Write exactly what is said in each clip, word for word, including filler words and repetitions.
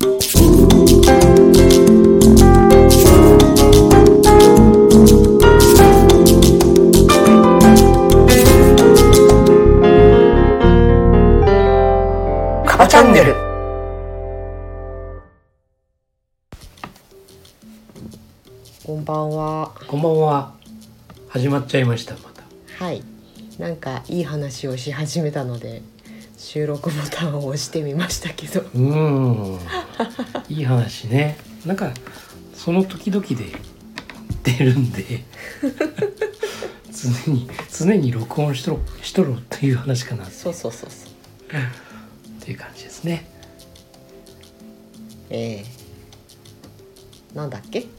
カバチャンネル。 こんばんは。 こんばんは。始まっちゃいました。また。 はい。なんかいい話をし始めたので収録ボタンを押してみましたけど。 うーん。いい話ね。なんかその時々で出るんで常に常に録音しとろしとろっていう話かな。 そうそうそうそう。 っていう感じですね。 えー、なんだっけ？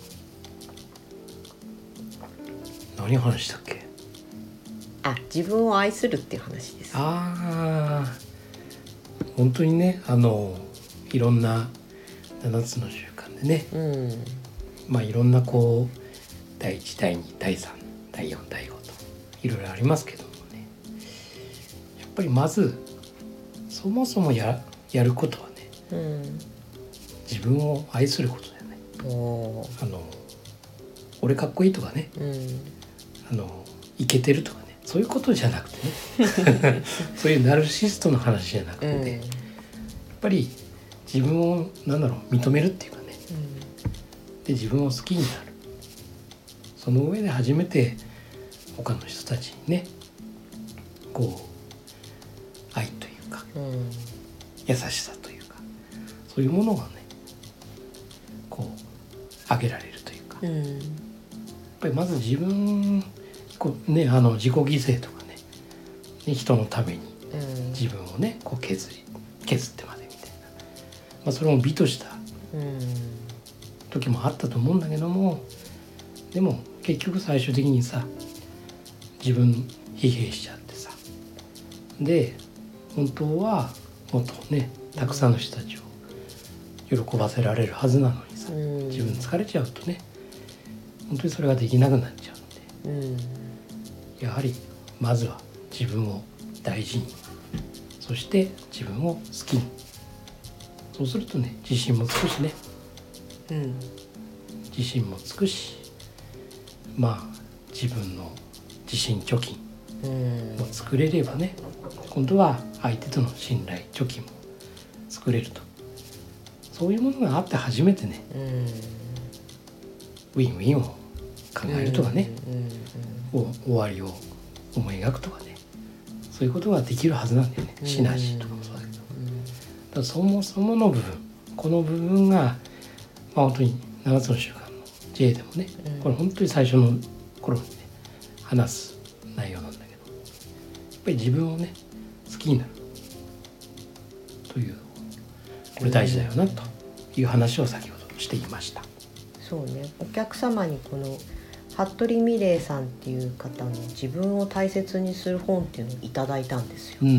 何話したっけ？ あ、自分を愛するっていう話です。 ああ、本当にね、あのいろんなななつの習慣でね、 うん、 まあいろんなこうだいいち、だいに、だいさん、だいよん、だいごといろいろありますけどもね、やっぱりまずそもそも や, やることはね、 うん、 自分を愛することだよね。 おあの俺かっこいいとかね、 うん、 あのイケてるとかね、そういうことじゃなくてねそういうナルシストの話じゃなくて、ね、 うん、 やっぱり自分をなんだろう認めるっていうかね、で自分を好きになる、その上で初めて他の人たちにねこう愛というか、 うん、 優しさというか、そういうものがねこうあげられるというか、 うん、 やっぱりまず自分こうね、あの自己犠牲とかね、人のために自分をねこう削り削ってまでみたいな、まあ、それも美とした時もあったと思うんだけども、でも結局最終的にさ自分疲弊しちゃってさ、で本当はもっとねたくさんの人たちを喜ばせられるはずなのにさ、自分疲れちゃうとね本当にそれができなくなっちゃうんで、うん、やはりまずは自分を大事に、そして自分を好きに、そうするとね自信もつくしね、うん、自信もつくし、まあ自分の自信貯金を作れればね、今度は相手との信頼貯金も作れると、そういうものがあって初めてね、うん、ウィンウィンを考えるとかね、うんうんうん、終わりを思い描くとかね、そういうことができるはずなんだよね。シナジーとかもそうだけど、うんうん、だからそもそもの部分、この部分が、まあ、本当にななつの習慣の ジェイ でもね、うん、これ本当に最初の頃にね話す内容なんだけど、やっぱり自分をね好きになるという、これ大事だよなという話を先ほどしていました。 そうね、お客様にこの服部美玲さんっていう方の自分を大切にする本っていうのをいただいたんですよ、うんうんうん、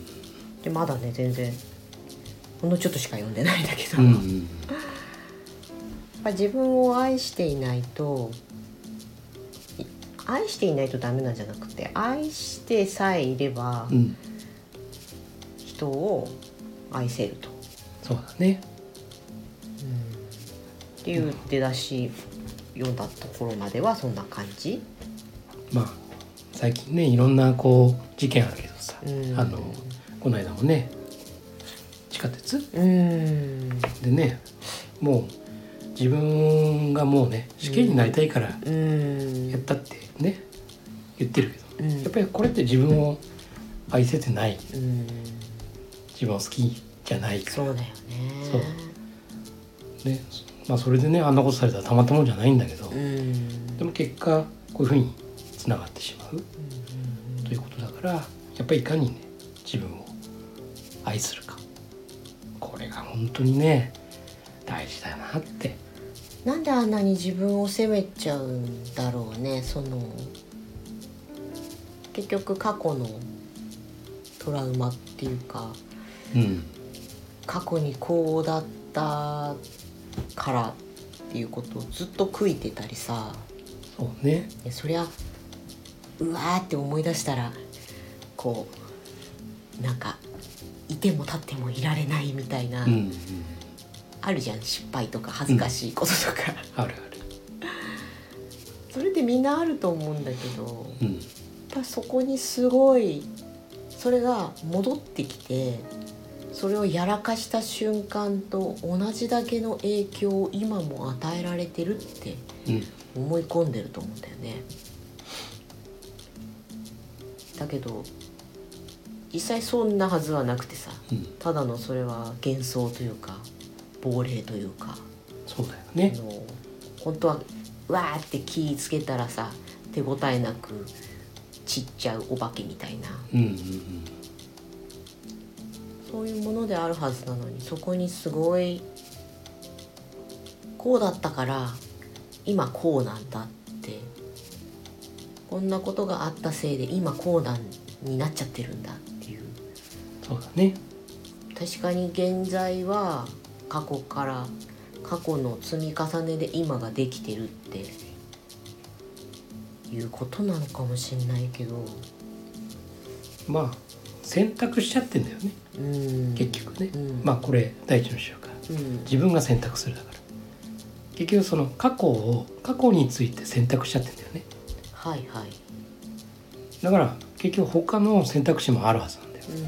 でまだね全然ほんのちょっとしか読んでないんだけど、うんうん、やっぱ自分を愛していないと愛していないとダメなんじゃなくて、愛してさえいれば、うん、人を愛せると。 そうだね、 うん、っていう出だし読んだところまではそんな感じ。 まあ最近ねいろんなこう事件あるけどさ、うん、あのこの間もね地下鉄、うん、でね、もう自分がもうね死刑になりたいからやったってね言ってるけど、うん、やっぱりこれって自分を愛せてない、うん、自分を好きじゃないから。 そうだよね。 そうで、まあ、それでねあんなことされたらたまったもんじゃないんだけど、うん、でも結果こういうふうにつながってしまう、うん、ということだから、やっぱりいかにね自分を愛するか、これが本当にね大事だなって。 なんであんなに自分を責めちゃうんだろうね。その結局過去のトラウマっていうか、うん、過去にこうだったからっていうことをずっと悔いてたりさ。 そうね。 そりゃうわーって思い出したらこうなんかいても立ってもいられないみたいな、うんうん、 あるじゃん、失敗とか恥ずかしいこととか、 うん、あるある。 それってみんなあると思うんだけど、 うん、 やっぱそこにすごいそれが戻ってきて、それをやらかした瞬間と同じだけの影響を今も与えられてるって思い込んでると思うんだよね、うん、だけど実際そんなはずはなくてさ、うん、ただのそれは幻想というか亡霊というか、 そうだよね。 あの本当はわーって気ぃつけたらさ手応えなく散っちゃうお化けみたいな、うんうんうん、そういうものであるはずなのに、そこにすごいこうだったから今こうなんだって、こんなことがあったせいで今こうなんになっちゃってるんだっていう。 そうだね。 確かに現在は過去から過去の積み重ねで今ができてるっていうことなのかもしれないけど、 まあ選択しちゃってんだよね、うん、結局ね、うん、まあこれ第一の習慣、うん、自分が選択するだから、結局その過去を過去について選択しちゃってんだよね。 はいはい。 だから結局他の選択肢もあるはずなんだよ、うん、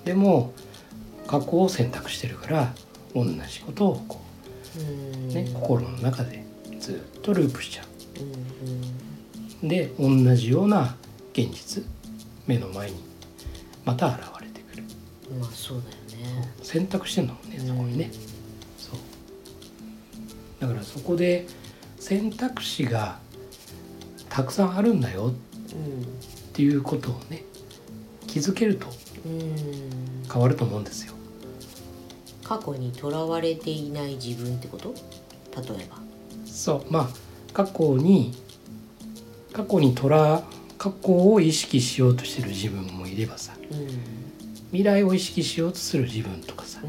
でも過去を選択してるから同じことをこう、うんね、心の中でずっとループしちゃう、うん、で同じような現実目の前にまた現れてくる。 まあそうだよね。 選択してんだもんね、そこにね、うん、そうだからそこで選択肢がたくさんあるんだよっていうことをね気づけると変わると思うんですよ。 過去にとらわれていない自分ってこと？例えばそう、まあ過去に過去にとら過去を意識しようとしてる自分もいればさ、うん、未来を意識しようとする自分とかさ、うん、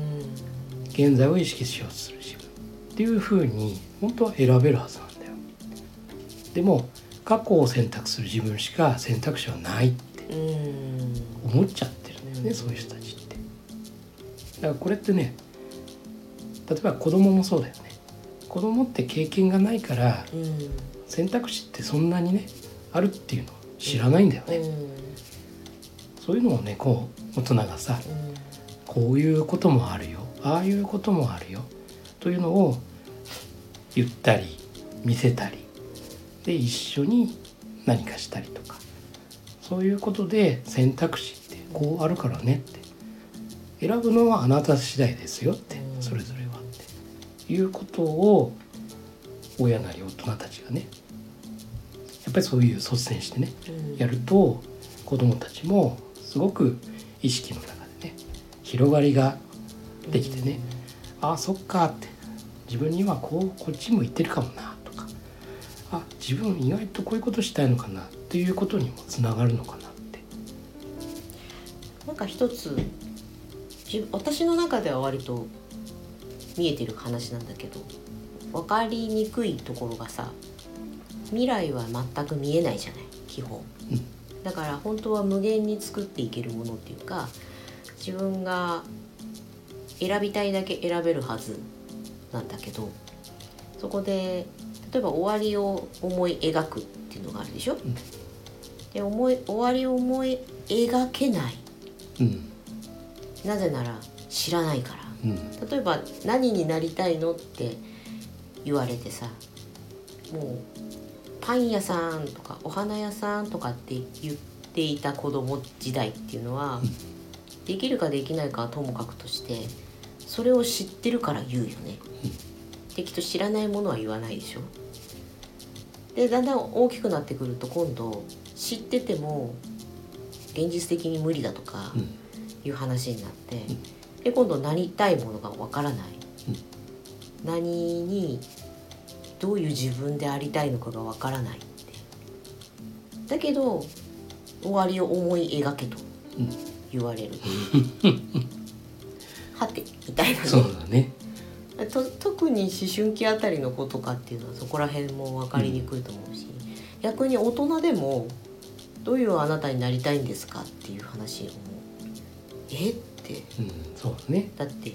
現在を意識しようとする自分っていう風に本当は選べるはずなんだよ。でも過去を選択する自分しか選択肢はないって思っちゃってるんだよね、うん、そういう人たちって。だからこれってね、例えば子供もそうだよね。子供って経験がないから、うん、選択肢ってそんなにねあるっていうのを知らないんだよね、うん、そういうのをねこう大人がさ、うん、こういうこともあるよ、ああいうこともあるよというのを言ったり見せたりで一緒に何かしたりとか、そういうことで選択肢ってこうあるからねって選ぶのはあなた次第ですよって、うん、それぞれはっていうことを親なり大人たちがねやっぱりそういう率先してね、うん、やると子どもたちもすごく意識の中でね広がりができてね、うん、ああそっかって自分にはこうこっちも言ってるかもなとか、あ自分意外とこういうことしたいのかなっていうことにもつながるのかなって。 なんか一つ私の中では割と見えてる話なんだけど、分かりにくいところがさ、未来は全く見えないじゃない基本、うん、だから本当は無限に作っていけるものっていうか、自分が選びたいだけ選べるはずなんだけど、そこで例えば終わりを思い描くっていうのがあるでしょ、うん、で思い終わりを思い描けない、うん、なぜなら知らないから、うん、例えば何になりたいのって言われてさ、もうパン屋さんとかお花屋さんとかって言っていた子供時代っていうのは、うん、できるかできないかはともかくとしてそれを知ってるから言うよね、うん、できっと知らないものは言わないでしょ。でだんだん大きくなってくると今度知ってても現実的に無理だとかいう話になって、うん、で今度なりたいものがわからない、うん、何にどういう自分でありたいのかがわからないって。だけど終わりを思い描けと言われる、うん、はてみたいなね。 そうだね。 と特に思春期あたりの子とかっていうのはそこら辺も分かりにくいと思うし、うん、逆に大人でもどういうあなたになりたいんですかっていう話をもうえって、 うん、そうだね。 だって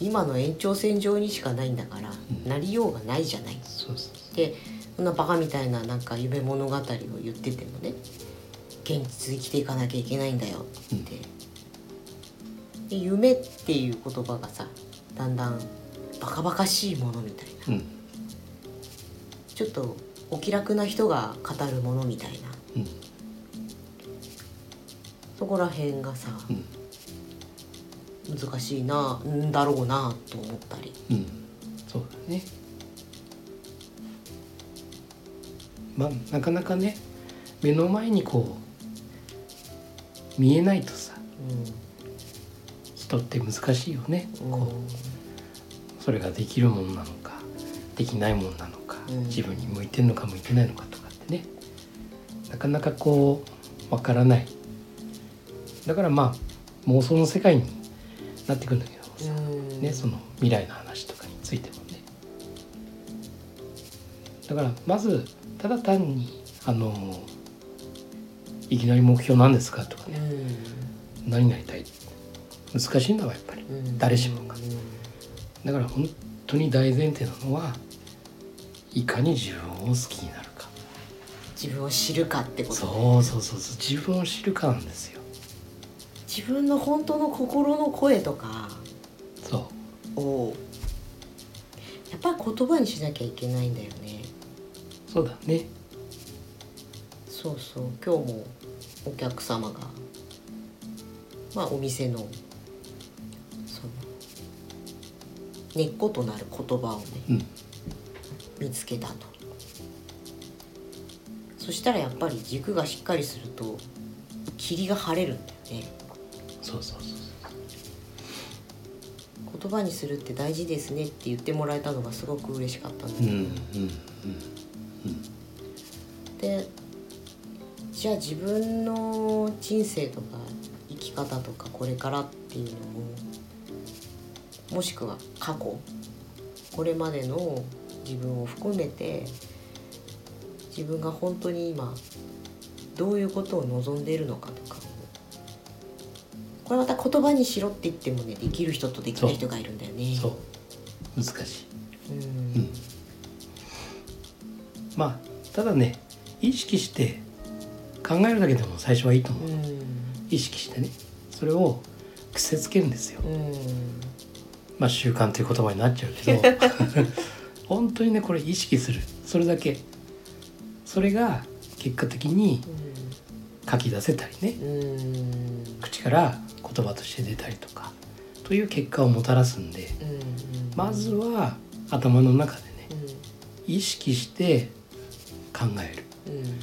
今の延長線上にしかないんだから、 うん、 なりようがないじゃない。 そうそうでそんなバカみたいななんか夢物語を言っててもね、現実生きていかなきゃいけないんだよって、うん、で夢っていう言葉がさだんだんバカバカしいものみたいな、うん、ちょっとお気楽な人が語るものみたいな、うん、そこら辺がさ、うん、難しいなんだろうなと思ったり、 うん、そうだね。まあなかなかね目の前にこう見えないとさ、うん、人って難しいよね、うん、こうそれができるものなのかできないものなのか、うん、自分に向いてるのか向いてないのかとかってねなかなかこうわからない。だからまあ妄想の世界になってくるんだけどさ、ね、その未来の話とかについてもね。だからまずただ単にあのいきなり目標なんですかとかね、何になりたい難しいんだわやっぱり、誰しもが。だから本当に大前提なのはいかに自分を好きになるか、 自分を知るかってこと、ね、 そうそうそうそう自分を知るかなんですよ。 自分の本当の心の声とかそうをやっぱり言葉にしなきゃいけないんだよね。 そうだね。 そうそう今日もお客様がまあお店のその根っことなる言葉をね、うん、見つけたと。そしたらやっぱり軸がしっかりすると霧が晴れるんだよね。 そうそうそうそう言葉にするって大事ですねって言ってもらえたのがすごく嬉しかったんだけど、うんうんうんうん、でじゃあ自分の人生とか生き方とかこれからっていうのをもしくは過去これまでの自分を含めて自分が本当に今どういうことを望んでいるのかとか、これまた言葉にしろって言ってもねできる人とできない人がいるんだよね。 そう難しい、うんうん、まあただね意識して考えるだけでも最初はいいと思う、うん、意識してねそれを癖つけるんですよ、うん、まあ習慣という言葉になっちゃうけど本当にねこれ意識するそれだけそれが結果的に書き出せたりね、うん、口から言葉として出たりとかという結果をもたらすんで、うんうん、まずは頭の中でね、うん、意識して考える、うんうん、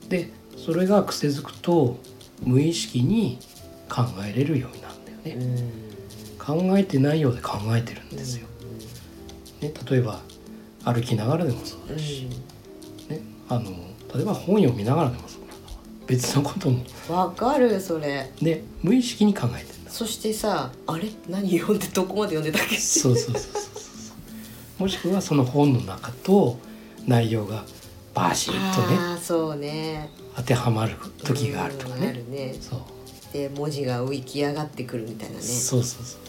でそれが癖づくと無意識に考えれるようになるんだよね、うん、考えてないようで考えてるんですよ、うんね、例えば歩きながらでもそうだし、うんね、あの例えば本読みながらでもそうだ別のこともわかるそれで無意識に考えてるんだ。 そしてさあれ何読んでどこまで読んでたっけそうそうそうそうそうもしくはその本の中と内容がバシッとねあそうね当てはまる時があるとかね、 あるねそうで文字が浮き上がってくるみたいなね。 そうそうそう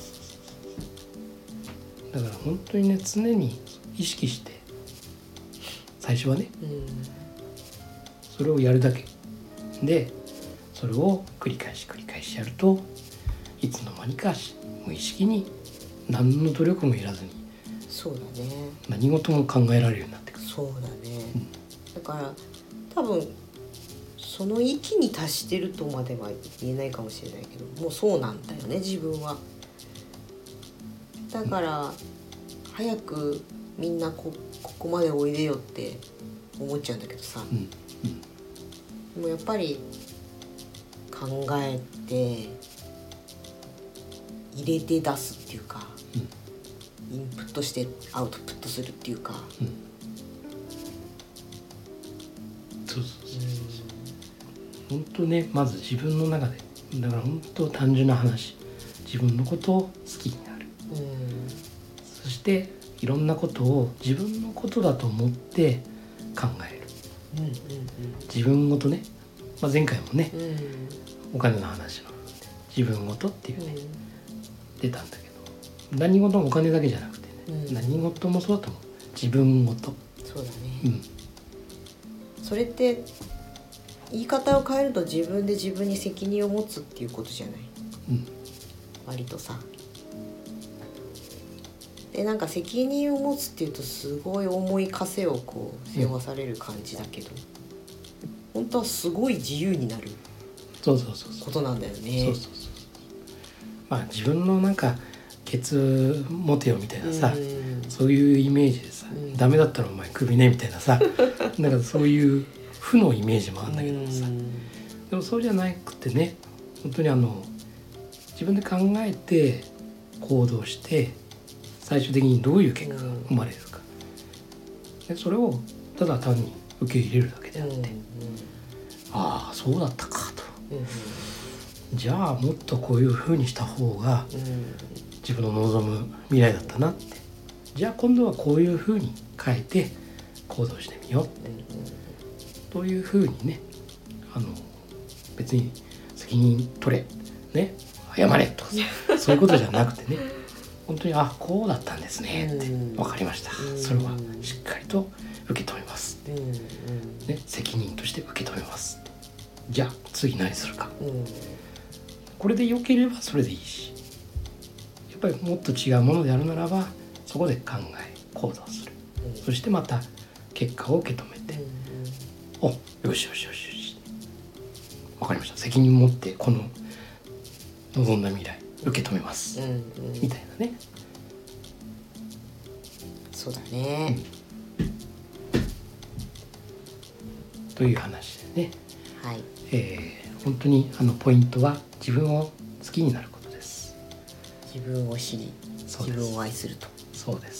そうだから本当にね常に意識して最初はね、うん、それをやるだけでそれを繰り返し繰り返しやるといつの間にか無意識に何の努力もいらずにそうだね何事も考えられるようになってくる。 そうだね、うん、だから多分その域に達してるとまでは言えないかもしれないけどもうそうなんだよね自分は。だから、うん、早くみんな こ, ここまでおいでよって思っちゃうんだけどさ、うんうん、でもやっぱり考えて入れて出すっていうか、うん、インプットしてアウトプットするっていうか、うん、 そうそうそうそう本当ねまず自分の中でだから本当単純な話自分のことを好きになる、うん、そしていろんなことを自分のことだと思って考える、うんうんうん、自分ごとね、まあ、前回もね、うん、お金の話の自分ごとっていうね、うん、出たんだけど何事もお金だけじゃなくてね、 うん、 何事もそうだと思う。自分ごと。 そうだね、 うん、 それって言い方を変えると自分で自分に責任を持つっていうことじゃない、 うん、 割とさ。でなんか責任を持つっていうとすごい重い枷をこう背負わされる感じだけど、うん、本当はすごい自由になることなんだよね。 そうそうそう。まあ自分のなんかケツ持てよみたいなさ、うん、そういうイメージでさ、うん、ダメだったらお前クビねみたいなさなんかそういう負のイメージもあるんだけどさ、うん、でもそうじゃなくてね、本当にあの自分で考えて行動して最終的にどういう結果が生まれるか、でそれをただ単に受け入れるだけであって、うんうん、ああそうだったかと、うんうん、じゃあもっとこういう風にした方が自分の望む未来だったなって、じゃあ今度はこういう風に変えて行動してみようって、うんうん、という風にね、あの別に責任取れね謝れとかそういうことじゃなくてね本当にあこうだったんですねって、分かりました、それはしっかりと受け止めます、ね、責任として受け止めます、じゃあ次何するか、これで良ければそれでいいし、やっぱりもっと違うものであるならばそこで考え行動する、そしてまた結果を受け止めて、およしよしよしよし分かりました、責任持ってこの望んだ未来受け止めます、うんうん、みたいなね。 そうだね、 うん、という話でね、 はい、 えー、本当にあのポイントは自分を好きになることです。 自分を知り自分を愛すると。 そうです。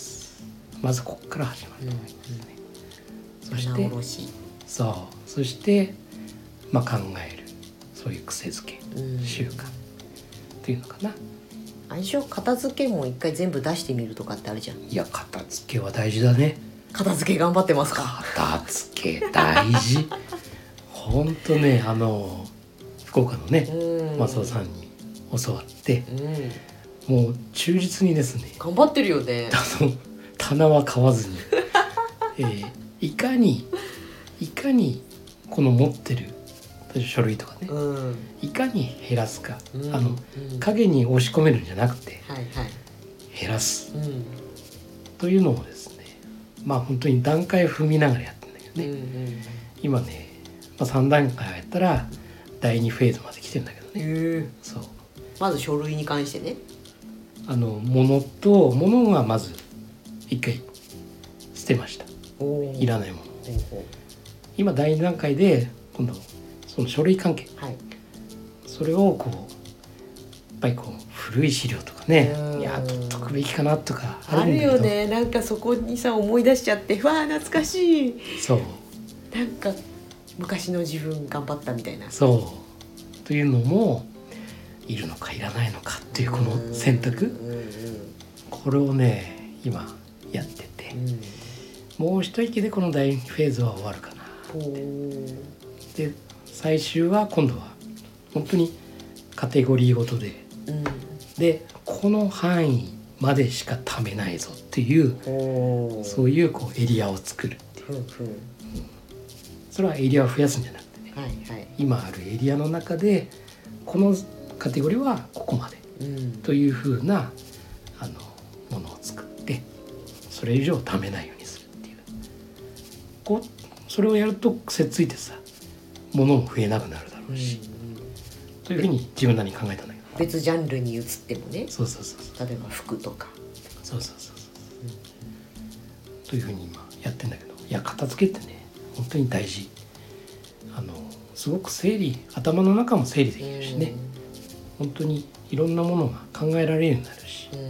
まずここから始まると思いますね、うんうん、そしておろしそうそして、まあ、考えるそういう癖づけ、うん、習慣っていうのかな。 あれでしょ、片付けも一回全部出してみるとかってあるじゃん。 いや片付けは大事だね。 片付け頑張ってますか。 片付け大事ほんとね、あの福岡のね松尾さんに教わって、うん、もう忠実にですね頑張ってるよね。 あの棚は買わずに、えー、いかにいかにこの持ってる書類とかね、うん、いかに減らすか、うん、あの、うん、影に押し込めるんじゃなくて、はいはい、減らす、うん、というのをですね、まあ本当に段階を踏みながらやってるんだけどね、うんうん、今ね、まあ、さん段階やったらだいにフェーズまで来てるんだけどね。 へそうまず書類に関してね、 あの物と物がまず一回捨てました。いらないもの。今だいに段階で今度その書類関係、はい、それをこうやっぱりこう古い資料とかね、いや取っとくべきかなとかあるんだけど、あるよね。なんかそこにさ思い出しちゃって、わあ懐かしい、 そうなんか昔の自分頑張ったみたいな、 そうというのもいるのかいらないのかっていうこの選択、これをね今やってて、もう一息でこのだいにフェーズは終わるかなってで最終は今度は本当にカテゴリーごとで、うん、でこの範囲までしか貯めないぞっていうそういうこうエリアを作るっていう、うんうん、それはエリアを増やすんじゃなくてね、はいはい、今あるエリアの中でこのカテゴリーはここまで、うん、というふうなあのものを作ってそれ以上貯めないようにするっていう、こうそれをやると癖ついてさ物も増えなくなるだろうし、うんうん、というふうに自分なりに考えたんだけど、 別ジャンルに移ってもね、 そうそうそうそう、 例えば服とか、 そうそうそうそう、うん、というふうに今やってんだけど、いや片付けってね本当に大事、あのすごく整理、頭の中も整理できるしね、うん、本当にいろんなものが考えられるようになるし、うん、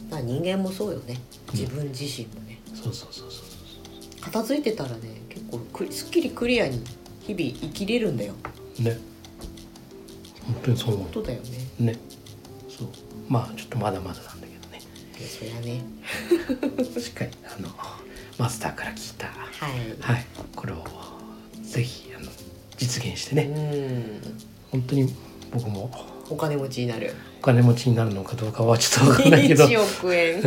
まあ人間もそうよね、自分自身もね、 うん、そうそうそうそう、 片付いてたらね結構すっきりクリアに日々生きれるんだよね。本当にそう思う。 本当だよね。 ね。そう。まあちょっとまだまだなんだけどね。 そりゃね。 しっかりあのマスターから聞いた、はい、はい、これをぜひあの実現してね。うん。本当に僕もお金持ちになる。 お金持ちになるのかどうかはちょっと分かんないけどいちおくえん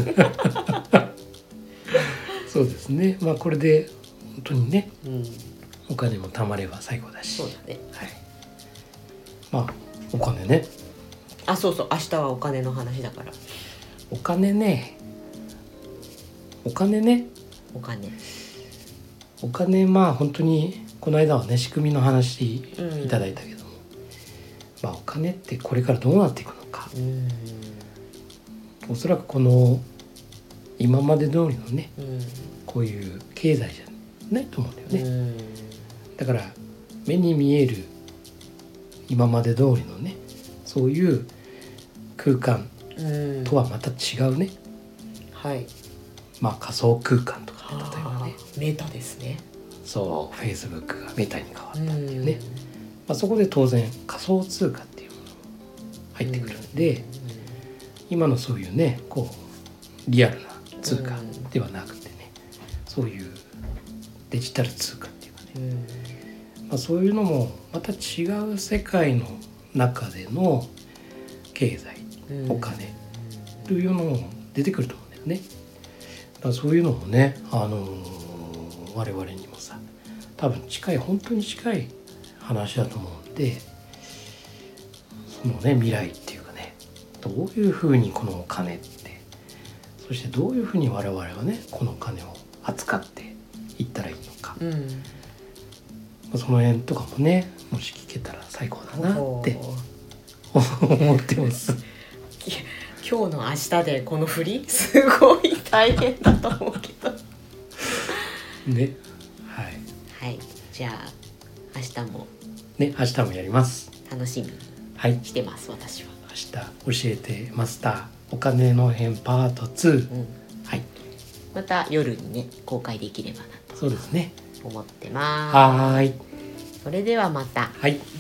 そうですね。まあこれで本当にね、 うん、 お金も貯まれば最高だし。 そうだね。 はい。まあお金ね。 あ、そうそう、明日はお金の話だから。 お金ね。お金ね。 お金。 お金、まあ本当にこの間はね仕組みの話いただいたけども、うん、まあお金ってこれからどうなっていくのか。うん、おそらくこの今まで通りのね、うん、こういう経済じゃないと思うんだよね。うん、だから目に見える今まで通りのねそういう空間とはまた違うね、 うん、はい、 まあ仮想空間とかね、例えばねメタですね。 そう、フェイスブックがメタに変わったっていうね、うん、まあ、そこで当然仮想通貨っていうものが入ってくるんで、うん、今のそういうねこうリアルな通貨ではなくてね、うん、そういうデジタル通貨っていうかね、うん、まあ、そういうのもまた違う世界の中での経済、うん、お金というのも出てくると思うんだよね。だからそういうのもね、あのー、我々にもさ多分近い本当に近い話だと思うんで、そのね未来っていうかね、どういうふうにこのお金って、そしてどういうふうに我々はねこのお金を扱っていったらいいのか、うん、その辺とかもねもし聞けたら最高だなって思ってます今日の明日でこの振りすごい大変だと思うけどね、はいはい、じゃあ明日もね明日もやります。 楽しみにしてます、はい、私は。 明日教えてマスターお金の編パートツー、うん、はい、 また夜にね公開できればなとそうですね思ってます。 はい、 それではまた。 はい。